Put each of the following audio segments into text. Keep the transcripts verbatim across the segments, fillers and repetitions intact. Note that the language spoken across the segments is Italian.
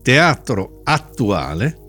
teatro attuale,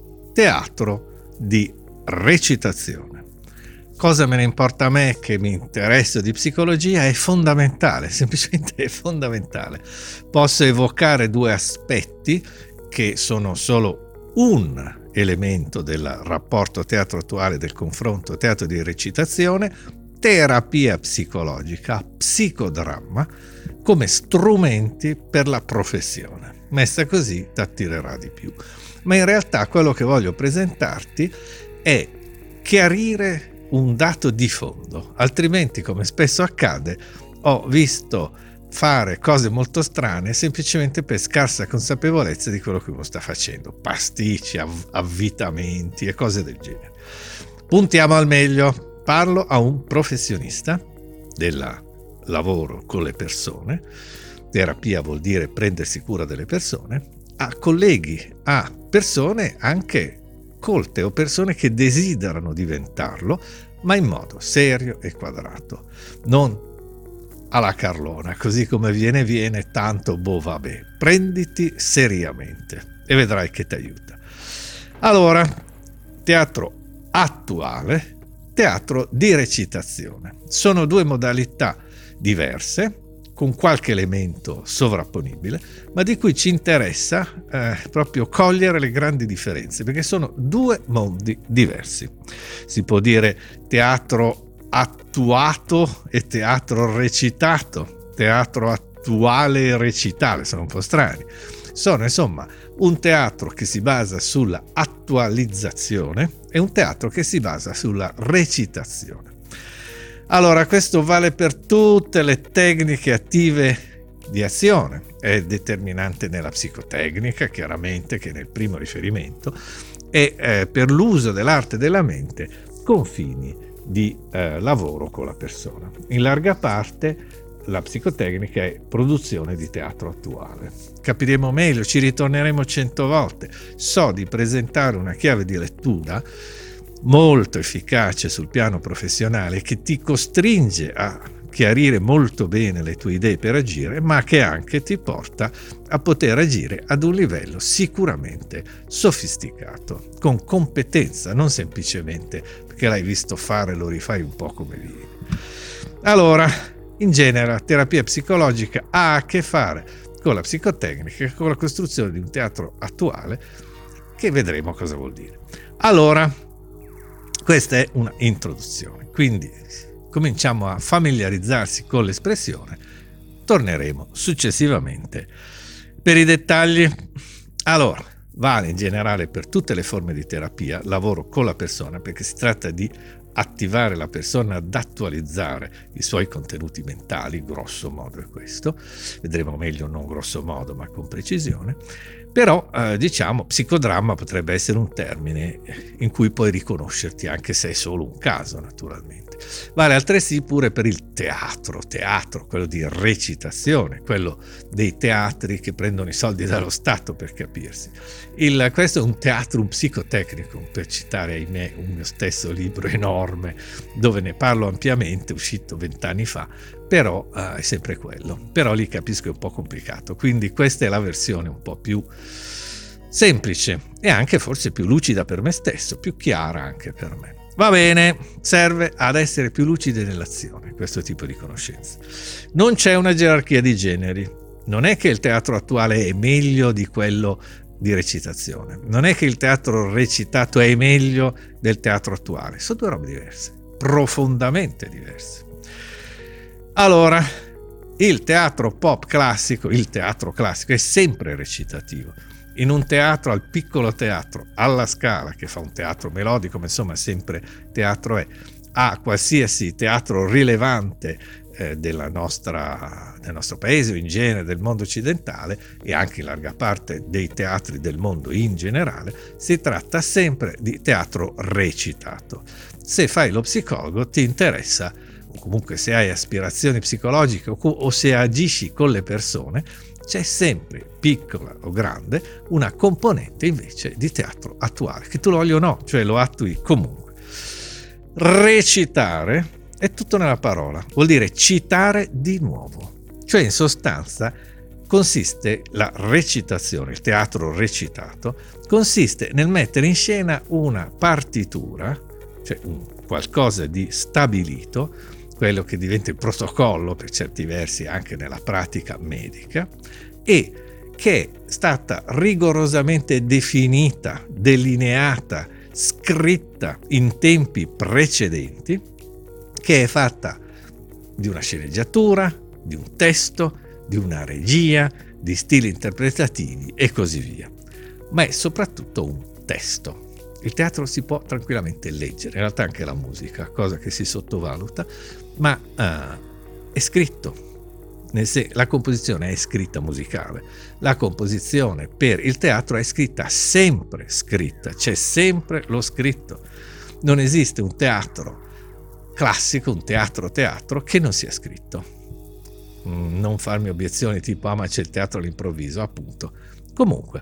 teatro di recitazione. Cosa me ne importa a me che mi interesso di psicologia? È fondamentale, semplicemente è fondamentale. Posso evocare due aspetti che sono solo un elemento del rapporto teatro attuale, del confronto teatro di recitazione, terapia psicologica, psicodramma, come strumenti per la professione. Messa così ti attirerà di più. Ma in realtà quello che voglio presentarti è chiarire un dato di fondo, altrimenti, come spesso accade, ho visto fare cose molto strane semplicemente per scarsa consapevolezza di quello che uno sta facendo, pasticci, av- avvitamenti e cose del genere. Puntiamo al meglio. Parlo a un professionista del lavoro con le persone. Terapia vuol dire prendersi cura delle persone, a colleghi, a persone anche colte o persone che desiderano diventarlo, ma in modo serio e quadrato, non alla Carlona, così come viene viene, tanto boh vabbè, prenditi seriamente e vedrai che ti aiuta. Allora, teatro attuale, teatro di recitazione, sono due modalità diverse, con qualche elemento sovrapponibile, ma di cui ci interessa eh, proprio cogliere le grandi differenze, perché sono due mondi diversi. Si può dire teatro attuato e teatro recitato, teatro attuale e recitale, sono un po' strani. Sono insomma un teatro che si basa sulla attualizzazione e un teatro che si basa sulla recitazione. Allora, questo vale per tutte le tecniche attive di azione, è determinante nella psicotecnica, chiaramente, che è nel primo riferimento, e eh, per l'uso dell'arte della mente con fini di eh, lavoro con la persona. In larga parte la psicotecnica è produzione di teatro attuale. Capiremo meglio, ci ritorneremo cento volte. So di presentare una chiave di lettura molto efficace sul piano professionale che ti costringe a chiarire molto bene le tue idee per agire, ma che anche ti porta a poter agire ad un livello sicuramente sofisticato, con competenza, non semplicemente perché l'hai visto fare lo rifai un po' come vieni. Allora, in genere la terapia psicologica ha a che fare con la psicotecnica e con la costruzione di un teatro attuale, che vedremo cosa vuol dire. Allora, questa è una introduzione, quindi cominciamo a familiarizzarsi con l'espressione, torneremo successivamente per i dettagli. Allora, vale in generale per tutte le forme di terapia, lavoro con la persona, perché si tratta di attivare la persona ad attualizzare i suoi contenuti mentali, grosso modo è questo, vedremo meglio non grosso modo ma con precisione. Però eh, diciamo psicodramma potrebbe essere un termine in cui puoi riconoscerti, anche se è solo un caso naturalmente. Vale altresì pure per il teatro, teatro, quello di recitazione, quello dei teatri che prendono i soldi dallo Stato, per capirsi. Il, questo è un teatrum psicotecnicum, per citare ahimè un mio stesso libro enorme dove ne parlo ampiamente, uscito vent'anni fa, però uh, è sempre quello. Però lì capisco che è un po' complicato, quindi questa è la versione un po' più semplice e anche forse più lucida per me stesso, più chiara anche per me. Va bene, serve ad essere più lucidi nell'azione questo tipo di conoscenza. Non c'è una gerarchia di generi, non è che il teatro attuale è meglio di quello di recitazione, non è che il teatro recitato è meglio del teatro attuale, sono due robe diverse, profondamente diverse. Allora, il teatro pop classico, il teatro classico è sempre recitativo. In un teatro, al piccolo teatro, alla Scala, che fa un teatro melodico, ma insomma sempre teatro è, a qualsiasi teatro rilevante eh, della nostra, del nostro paese o in genere del mondo occidentale e anche in larga parte dei teatri del mondo in generale, si tratta sempre di teatro recitato. Se fai lo psicologo ti interessa, o comunque se hai aspirazioni psicologiche o se agisci con le persone, c'è sempre, piccola o grande, una componente invece di teatro attuale, che tu lo voglia o no, cioè lo attui comunque. Recitare è tutto nella parola, vuol dire citare di nuovo, cioè in sostanza consiste, la recitazione, il teatro recitato, consiste nel mettere in scena una partitura, cioè un qualcosa di stabilito, quello che diventa il protocollo per certi versi anche nella pratica medica, e che è stata rigorosamente definita, delineata, scritta in tempi precedenti, che è fatta di una sceneggiatura, di un testo, di una regia, di stili interpretativi e così via. Ma è soprattutto un testo. Il teatro si può tranquillamente leggere, in realtà anche la musica, cosa che si sottovaluta, ma uh, è scritto. La composizione è scritta musicale, la composizione per il teatro è scritta sempre scritta, c'è sempre lo scritto. Non esiste un teatro classico, un teatro teatro che non sia scritto. Non farmi obiezioni tipo ah ma c'è il teatro all'improvviso, appunto. Comunque,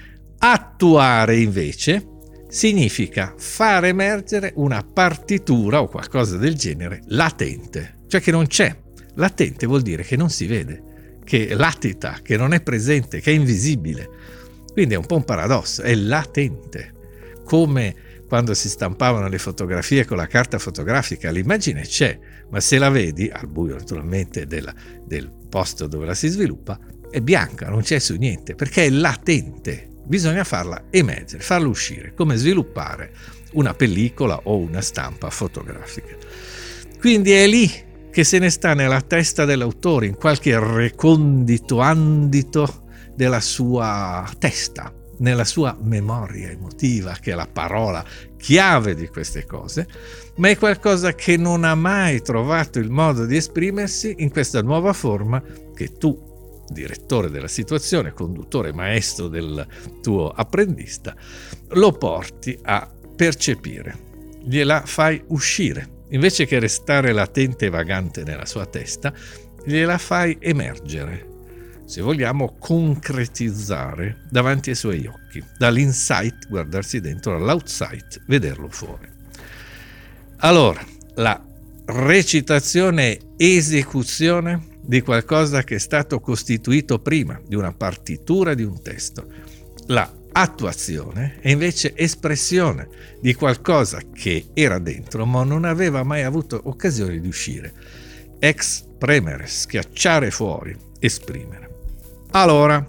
attuare invece significa far emergere una partitura o qualcosa del genere latente, cioè che non c'è. Latente vuol dire che non si vede, che latita, che non è presente, che è invisibile. Quindi è un po' un paradosso, è latente. Come quando si stampavano le fotografie con la carta fotografica, l'immagine c'è, ma se la vedi, al buio naturalmente della, del posto dove la si sviluppa, è bianca, non c'è su niente, perché è latente. Bisogna farla emergere, farla uscire, come sviluppare una pellicola o una stampa fotografica. Quindi è lì che se ne sta nella testa dell'autore, in qualche recondito andito della sua testa, nella sua memoria emotiva, che è la parola chiave di queste cose, ma è qualcosa che non ha mai trovato il modo di esprimersi in questa nuova forma che tu, direttore della situazione, conduttore, maestro del tuo apprendista, lo porti a percepire, gliela fai uscire. Invece che restare latente e vagante nella sua testa, gliela fai emergere, se vogliamo concretizzare davanti ai suoi occhi, dall'insight guardarsi dentro, all'outsight vederlo fuori. Allora, la recitazione è esecuzione di qualcosa che è stato costituito prima, di una partitura, di un testo. La attuazione è invece espressione di qualcosa che era dentro ma non aveva mai avuto occasione di uscire. Exprimere, schiacciare fuori, esprimere. Allora,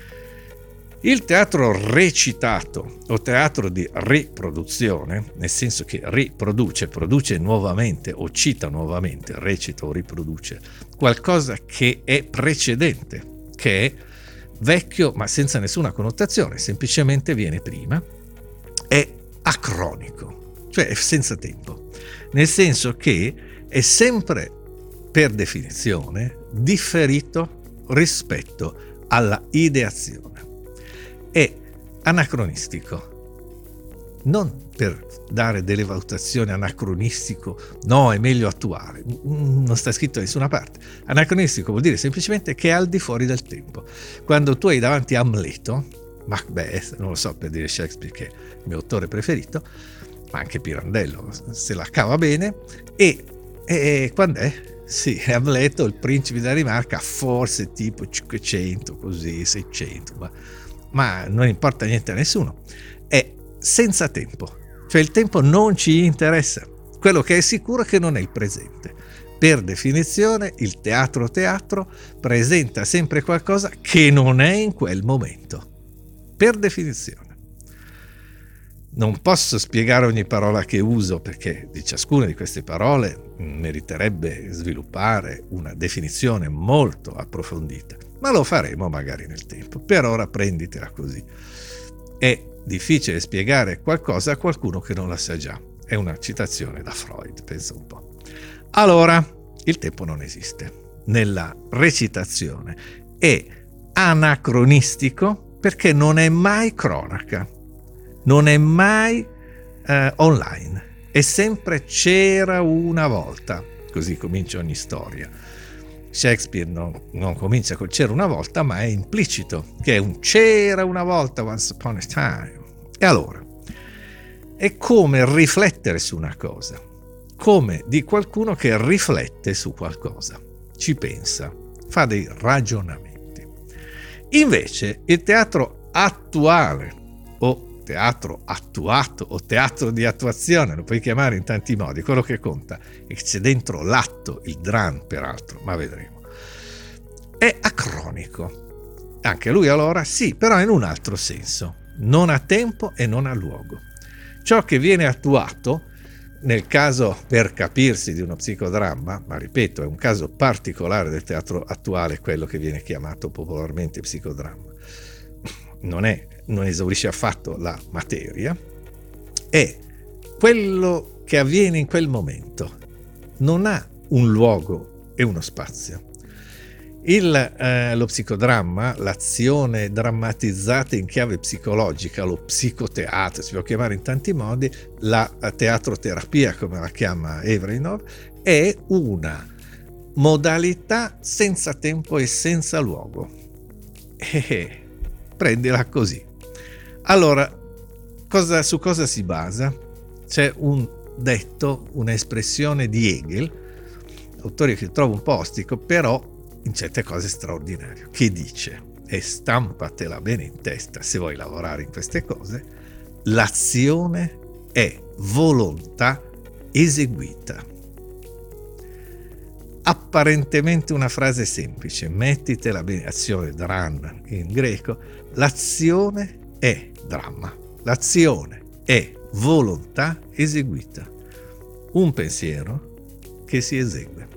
il teatro recitato o teatro di riproduzione, nel senso che riproduce, produce nuovamente o cita nuovamente, recita o riproduce qualcosa che è precedente, che è vecchio ma senza nessuna connotazione, semplicemente viene prima, è acronico, cioè è senza tempo, nel senso che è sempre per definizione differito rispetto alla ideazione, è anacronistico, non per dare delle valutazioni anacronistico, no, è meglio attuare, non sta scritto da nessuna parte. Anacronistico vuol dire semplicemente che è al di fuori del tempo. Quando tu hai davanti Amleto, Macbeth, non lo so, per dire Shakespeare che è il mio autore preferito, ma anche Pirandello se la cava bene, e, e quando è? Sì, Amleto, il principe della Danimarca, forse tipo cinquecento, così, seicento, ma, ma non importa niente a nessuno. È senza tempo, cioè il tempo non ci interessa. Quello che è sicuro è che non è il presente. Per definizione il teatro teatro presenta sempre qualcosa che non è in quel momento, per definizione. Non posso spiegare ogni parola che uso perché di ciascuna di queste parole meriterebbe sviluppare una definizione molto approfondita, ma lo faremo magari nel tempo. Per ora prenditela così. È difficile spiegare qualcosa a qualcuno che non la sa già. È una citazione da Freud, pensa un po'. Allora, il tempo non esiste. Nella recitazione è anacronistico perché non è mai cronaca, non è mai eh, online, è sempre c'era una volta, così comincia ogni storia. Shakespeare non, non comincia col c'era una volta, ma è implicito che è un c'era una volta, once upon a time. E allora, è come riflettere su una cosa, come di qualcuno che riflette su qualcosa, ci pensa, fa dei ragionamenti. Invece il teatro attuale o teatro attuato o teatro di attuazione, lo puoi chiamare in tanti modi, quello che conta è che c'è dentro l'atto, il dram peraltro, ma vedremo, è acronico. Anche lui allora sì, però in un altro senso, non ha tempo e non ha luogo. Ciò che viene attuato, nel caso per capirsi di uno psicodramma, ma ripeto è un caso particolare del teatro attuale, quello che viene chiamato popolarmente psicodramma, non, è, non esaurisce affatto la materia, è quello che avviene in quel momento, non ha un luogo e uno spazio. Il, eh, lo psicodramma, l'azione drammatizzata in chiave psicologica, lo psicoteatro, si può chiamare in tanti modi, la teatroterapia come la chiama Evrenov, è una modalità senza tempo e senza luogo. E prendila così. Allora, cosa, su cosa si basa? C'è un detto, un'espressione di Hegel, autore che trovo un po' ostico, però in certe cose straordinario, che dice, e stampatela bene in testa se vuoi lavorare in queste cose, l'azione è volontà eseguita. Apparentemente una frase semplice, mettitela bene, azione, dran in greco, l'azione è dramma, l'azione è volontà eseguita, un pensiero che si esegue.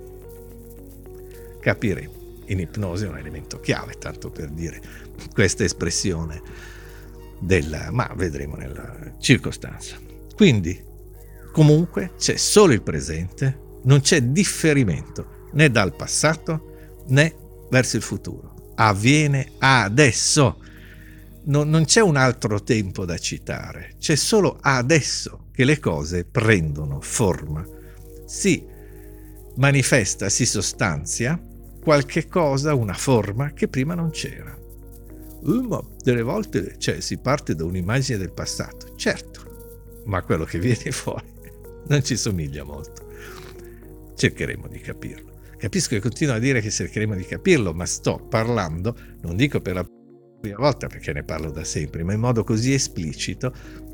Capiremo. In ipnosi è un elemento chiave, tanto per dire questa espressione della, ma vedremo nella circostanza. Quindi, comunque, c'è solo il presente, non c'è differimento né dal passato né verso il futuro. Avviene adesso. Non, non c'è un altro tempo da citare, c'è solo adesso che le cose prendono forma. Si manifesta, si sostanzia qualche cosa, una forma che prima non c'era. Uh, ma delle volte cioè, si parte da un'immagine del passato, certo, ma quello che viene fuori non ci somiglia molto. Cercheremo di capirlo. Capisco che continuo a dire che cercheremo di capirlo, ma sto parlando, non dico per la prima volta perché ne parlo da sempre, ma in modo così esplicito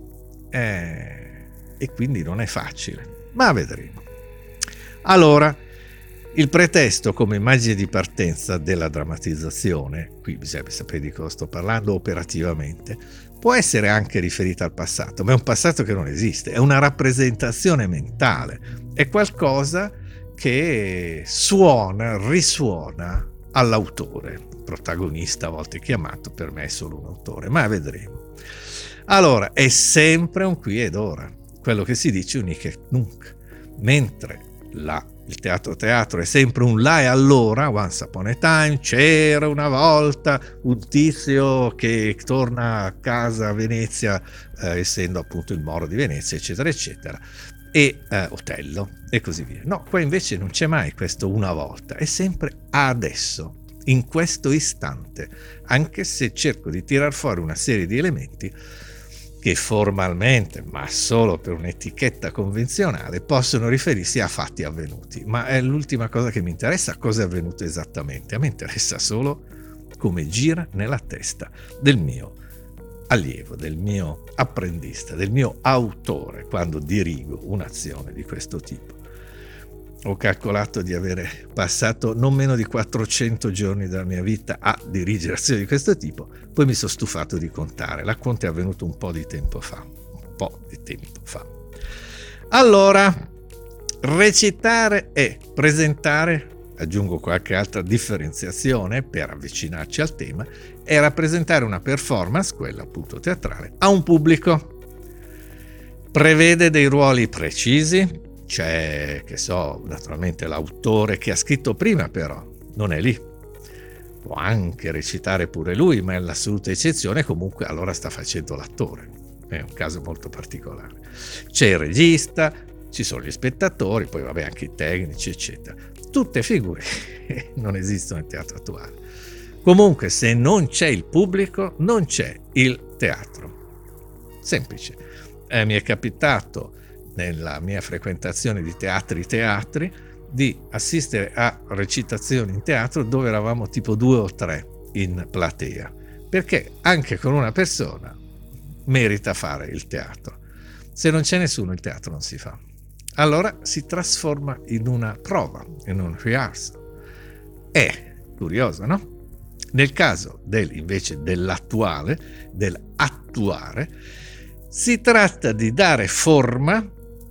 eh, e quindi non è facile, ma vedremo. Allora, il pretesto come immagine di partenza della drammatizzazione, qui bisogna sapere di cosa sto parlando operativamente, può essere anche riferita al passato, ma è un passato che non esiste, è una rappresentazione mentale, è qualcosa che suona, risuona all'autore, protagonista a volte chiamato, per me è solo un autore, ma vedremo. Allora, è sempre un qui ed ora, quello che si dice un hic et nunc, mentre la il teatro teatro è sempre un là e allora, once upon a time, c'era una volta un tizio che torna a casa a Venezia, eh, essendo appunto il Moro di Venezia, eccetera, eccetera, e eh, Otello, e così via. No, qua invece non c'è mai questo una volta, è sempre adesso, in questo istante, anche se cerco di tirar fuori una serie di elementi che formalmente, ma solo per un'etichetta convenzionale, possono riferirsi a fatti avvenuti. Ma è l'ultima cosa che mi interessa, cosa è avvenuto esattamente. A me interessa solo come gira nella testa del mio allievo, del mio apprendista, del mio autore, quando dirigo un'azione di questo tipo. Ho calcolato di avere passato non meno di quattrocento giorni della mia vita a dirigere azioni di questo tipo, poi mi sono stufato di contare. La conta è avvenuto un po' di tempo fa, un po' di tempo fa. Allora, recitare e presentare, aggiungo qualche altra differenziazione per avvicinarci al tema, è rappresentare una performance, quella appunto teatrale, a un pubblico. Prevede dei ruoli precisi. C'è, che so, naturalmente l'autore che ha scritto prima, però non è lì. Può anche recitare pure lui, ma è l'assoluta eccezione, comunque allora sta facendo l'attore. È un caso molto particolare. C'è il regista, ci sono gli spettatori, poi vabbè anche i tecnici, eccetera. Tutte figure che non esistono nel teatro attuale. Comunque, se non c'è il pubblico, non c'è il teatro. Semplice. Eh, mi è capitato nella mia frequentazione di teatri teatri di assistere a recitazioni in teatro dove eravamo tipo due o tre in platea, perché anche con una persona merita fare il teatro. Se non c'è nessuno, il teatro non si fa. Allora si trasforma in una prova, in un rehearsal. È curioso, no? Nel caso del, invece dell'attuale, dell'attuare, si tratta di dare forma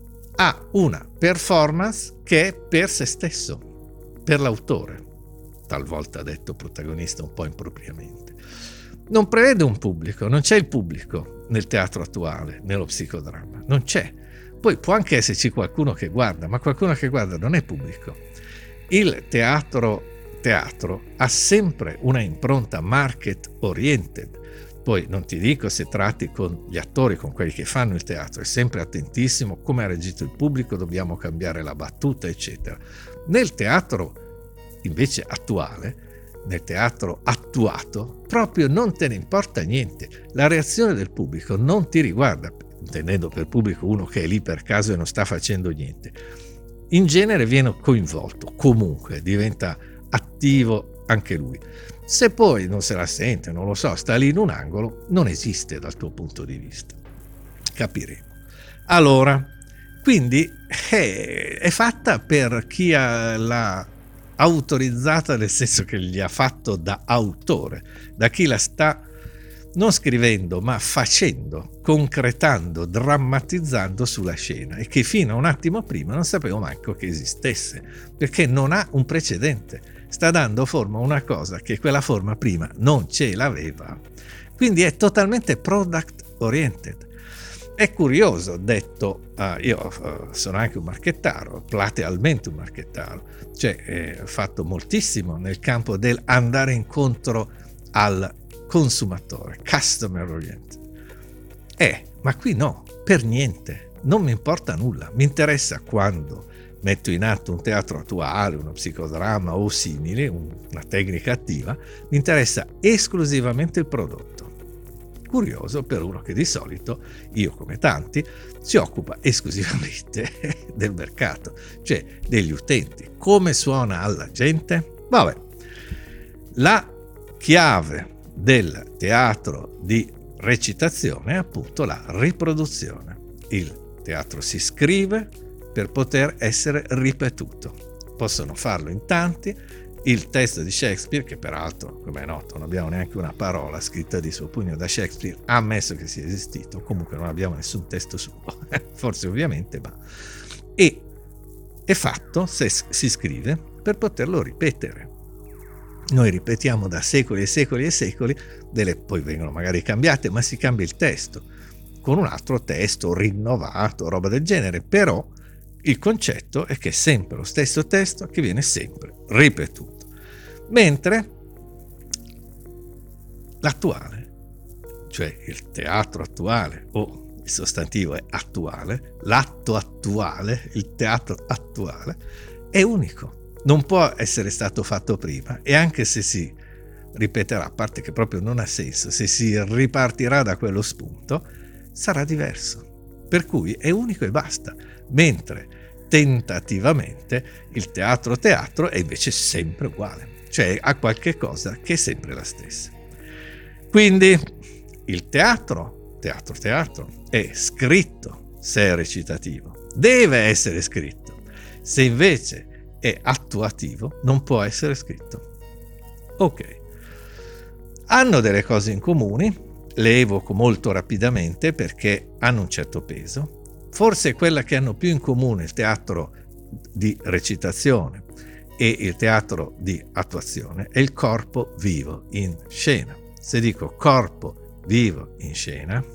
a una performance che è per se stesso, per l'autore, talvolta detto protagonista un po' impropriamente. Non prevede un pubblico, non c'è il pubblico nel teatro attuale, nello psicodramma, non c'è. Poi può anche esserci qualcuno che guarda, ma qualcuno che guarda non è pubblico. Il teatro teatro ha sempre una impronta market oriented. Poi non ti dico se tratti con gli attori, con quelli che fanno il teatro, è sempre attentissimo come ha reagito il pubblico, dobbiamo cambiare la battuta, eccetera. Nel teatro invece attuale, nel teatro attuato, proprio non te ne importa niente. La reazione del pubblico non ti riguarda, intendendo per pubblico uno che è lì per caso e non sta facendo niente. In genere viene coinvolto, comunque diventa attivo anche lui. Se poi non se la sente, non lo so, sta lì in un angolo, non esiste dal tuo punto di vista. Capiremo. Allora, quindi è, è fatta per chi ha l'ha autorizzata, nel senso che gli ha fatto da autore, da chi la sta non scrivendo ma facendo, concretando, drammatizzando sulla scena, e che fino a un attimo prima non sapevo manco che esistesse, perché non ha un precedente. Sta dando forma a una cosa che quella forma prima non ce l'aveva. Quindi è totalmente product oriented. È curioso, detto, uh, io uh, sono anche un marchettaro, platealmente un marchettaro, cioè eh, ho fatto moltissimo nel campo del andare incontro al consumatore, customer oriented. Eh, ma qui no, per niente, non mi importa nulla, mi interessa quando metto in atto un teatro attuale, uno psicodramma o simile, una tecnica attiva, mi interessa esclusivamente il prodotto. Curioso per uno che di solito, io come tanti, si occupa esclusivamente del mercato, cioè degli utenti. Come suona alla gente? Vabbè, la chiave del teatro di recitazione è appunto la riproduzione. Il teatro si scrive per poter essere ripetuto. Possono farlo in tanti. Il testo di Shakespeare, che peraltro, come è noto, non abbiamo neanche una parola scritta di suo pugno da Shakespeare, ammesso che sia esistito, comunque non abbiamo nessun testo suo, forse ovviamente, ma e è fatto, se si scrive, per poterlo ripetere. Noi ripetiamo da secoli e secoli e secoli, delle, poi vengono magari cambiate, ma si cambia il testo, con un altro testo rinnovato, roba del genere, però il concetto è che è sempre lo stesso testo che viene sempre ripetuto. Mentre l'attuale, cioè il teatro attuale, o il sostantivo è attuale, l'atto attuale, il teatro attuale, è unico. Non può essere stato fatto prima, e anche se si ripeterà, a parte che proprio non ha senso, se si ripartirà da quello spunto, sarà diverso. Per cui è unico e basta. Mentre tentativamente il teatro teatro è invece sempre uguale, cioè ha qualche cosa che è sempre la stessa. Quindi il teatro, teatro teatro, è scritto se è recitativo, deve essere scritto. Se invece è attuativo, non può essere scritto. Ok. Hanno delle cose in comune, le evoco molto rapidamente perché hanno un certo peso. Forse quella che hanno più in comune il teatro di recitazione e il teatro di attuazione è il corpo vivo in scena. Se dico corpo vivo in scena,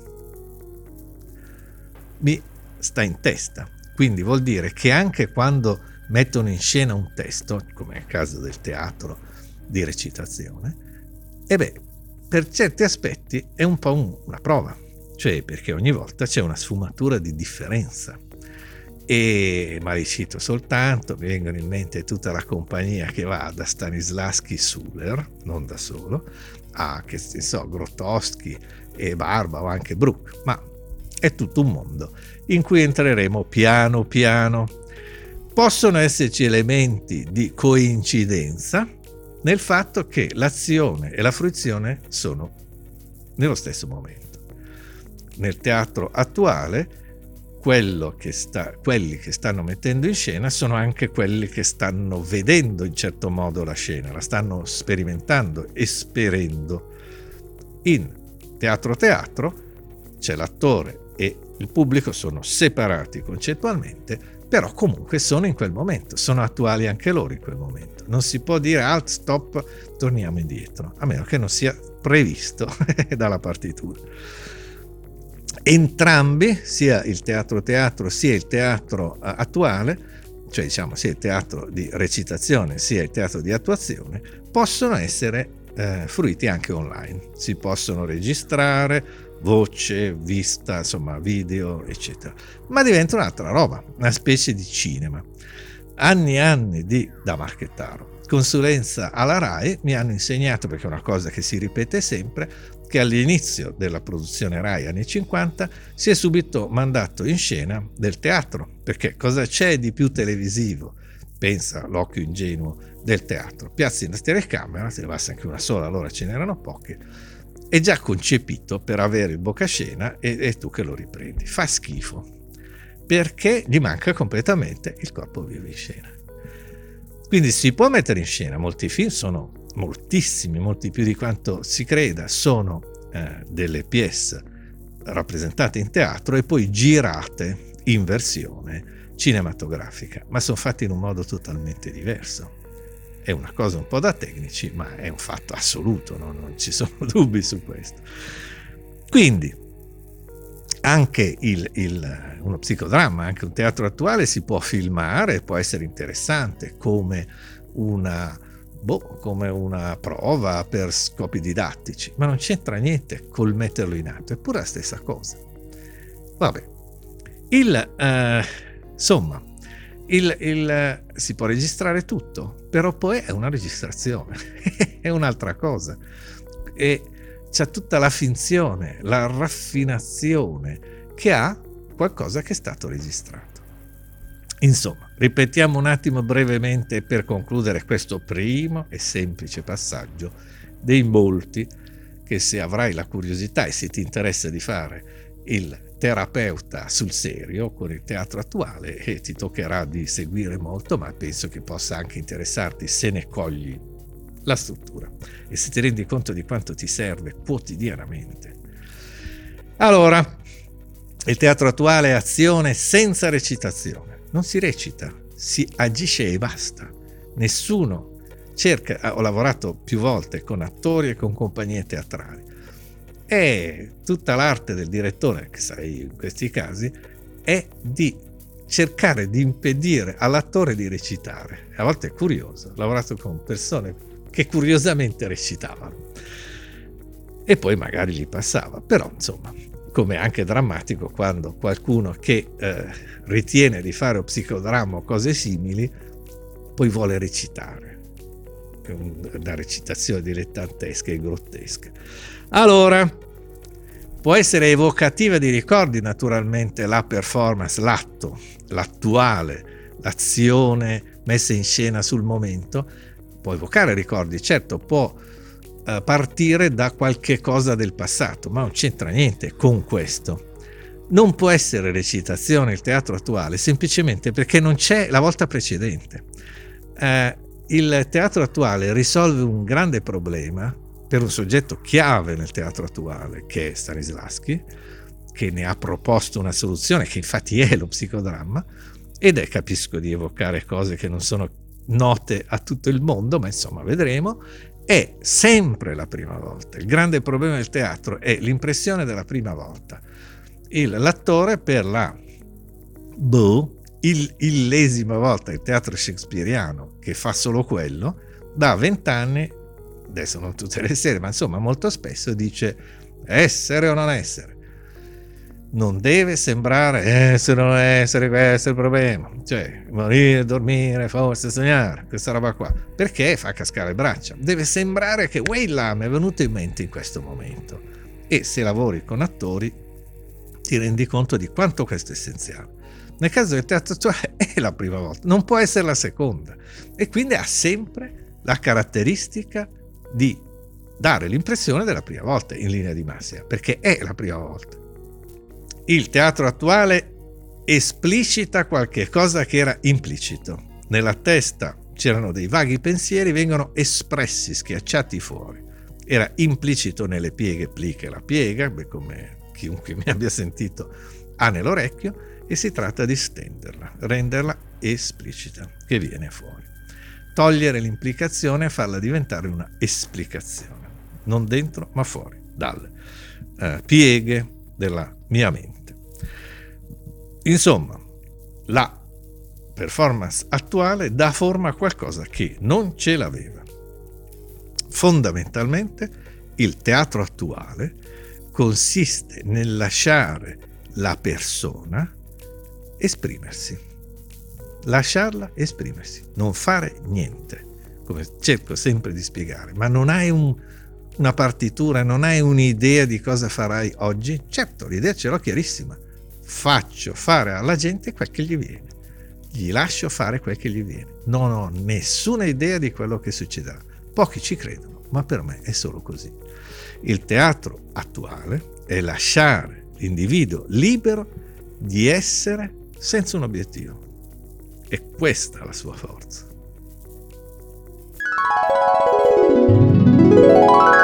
mi sta in testa. Quindi vuol dire che anche quando mettono in scena un testo, come è il caso del teatro di recitazione, e beh, per certi aspetti è un po' un, una prova. Cioè perché ogni volta c'è una sfumatura di differenza, e ma li cito soltanto, mi vengono in mente tutta la compagnia che va da Stanislavski Suller, non da solo, a che so, Grotowski e Barba o anche Bruch, ma è tutto un mondo in cui entreremo piano piano. Possono esserci elementi di coincidenza, nel fatto che l'azione e la fruizione sono nello stesso momento. Nel teatro attuale, quello che sta, quelli che stanno mettendo in scena sono anche quelli che stanno vedendo in certo modo la scena, la stanno sperimentando, esperendo. In teatro teatro c'è l'attore e il pubblico, sono separati concettualmente, però comunque sono in quel momento, sono attuali anche loro in quel momento. Non si può dire alt, stop, torniamo indietro, a meno che non sia previsto dalla partitura. Entrambi, sia il teatro teatro sia il teatro attuale, cioè diciamo sia il teatro di recitazione sia il teatro di attuazione, possono essere eh, fruiti anche online. Si possono registrare voce, vista, insomma video, eccetera. Ma diventa un'altra roba, una specie di cinema. Anni e anni di da Marchettaro, consulenza alla RAI, mi hanno insegnato, perché è una cosa che si ripete sempre, che all'inizio della produzione RAI anni cinquanta si è subito mandato in scena del teatro, perché cosa c'è di più televisivo? Pensa l'occhio ingenuo del teatro. Piazzi una telecamera, se ne basta anche una sola, allora ce n'erano poche, è già concepito per avere il bocascena e, e tu che lo riprendi. Fa schifo, perché gli manca completamente il corpo vivo in scena. Quindi si può mettere in scena, molti film sono moltissimi, molti più di quanto si creda, sono eh, delle pièce rappresentate in teatro e poi girate in versione cinematografica, ma sono fatti in un modo totalmente diverso. È una cosa un po' da tecnici, ma è un fatto assoluto, no? Non ci sono dubbi su questo. Quindi anche il, il, uno psicodramma, anche un teatro attuale si può filmare, può essere interessante come una, boh, come una prova per scopi didattici, ma non c'entra niente col metterlo in atto, è pure la stessa cosa. Vabbè, il, eh, insomma, il, il, si può registrare tutto, però poi è una registrazione, è un'altra cosa. E c'è tutta la finzione, la raffinazione che ha qualcosa che è stato registrato. Insomma, ripetiamo un attimo brevemente per concludere questo primo e semplice passaggio dei molti che, se avrai la curiosità e se ti interessa di fare il terapeuta sul serio con il teatro attuale, e ti toccherà di seguire molto, ma penso che possa anche interessarti se ne cogli la struttura e se ti rendi conto di quanto ti serve quotidianamente. Allora, il teatro attuale è azione senza recitazione, non si recita, si agisce e basta. Nessuno cerca, ho lavorato più volte con attori e con compagnie teatrali, e tutta l'arte del direttore, che sai in questi casi, è di cercare di impedire all'attore di recitare. A volte è curioso, ho lavorato con persone che curiosamente recitavano e poi magari gli passava, però insomma, come anche drammatico quando qualcuno che eh, ritiene di fare o psicodramma o cose simili poi vuole recitare, una recitazione dilettantesca e grottesca. Allora, può essere evocativa di ricordi naturalmente la performance, l'atto, l'attuale, l'azione messa in scena sul momento, può evocare ricordi, certo, può eh, partire da qualche cosa del passato, ma non c'entra niente con questo. Non può essere recitazione il teatro attuale semplicemente perché non c'è la volta precedente. Eh, il teatro attuale risolve un grande problema per un soggetto chiave nel teatro attuale, che è Stanislavski, che ne ha proposto una soluzione, che infatti è lo psicodramma, ed è, capisco di evocare cose che non sono note a tutto il mondo, ma insomma vedremo, è sempre la prima volta. Il grande problema del teatro è l'impressione della prima volta. Il, l'attore per la boh, il, illesima volta, il teatro shakespeariano, che fa solo quello, da vent'anni, adesso non tutte le serie, ma insomma molto spesso dice essere o non essere. Non deve sembrare essere o non essere, questo è il problema, cioè morire, dormire, forse sognare, questa roba qua, perché fa cascare le braccia. Deve sembrare che quella mi è venuto in mente in questo momento, e se lavori con attori ti rendi conto di quanto questo è essenziale. Nel caso del teatro attuale è la prima volta, non può essere la seconda, e quindi ha sempre la caratteristica di dare l'impressione della prima volta in linea di massima, perché è la prima volta. Il teatro attuale esplicita qualche cosa che era implicito. Nella testa c'erano dei vaghi pensieri, vengono espressi, schiacciati fuori. Era implicito nelle pieghe, plica la piega, beh, come chiunque mi abbia sentito ha nell'orecchio, e si tratta di stenderla, renderla esplicita, che viene fuori. Togliere l'implicazione e farla diventare una esplicazione, non dentro ma fuori, dalle eh, pieghe della mia mente. Insomma, la performance attuale dà forma a qualcosa che non ce l'aveva. Fondamentalmente, il teatro attuale consiste nel lasciare la persona esprimersi, lasciarla esprimersi, non fare niente, come cerco sempre di spiegare. Ma non hai un, una partitura, non hai un'idea di cosa farai oggi? Certo, l'idea ce l'ho chiarissima. Faccio fare alla gente quel che gli viene, gli lascio fare quel che gli viene, non ho nessuna idea di quello che succederà. Pochi ci credono, ma per me è solo così. Il teatro attuale è lasciare l'individuo libero di essere senza un obiettivo, e questa è la sua forza.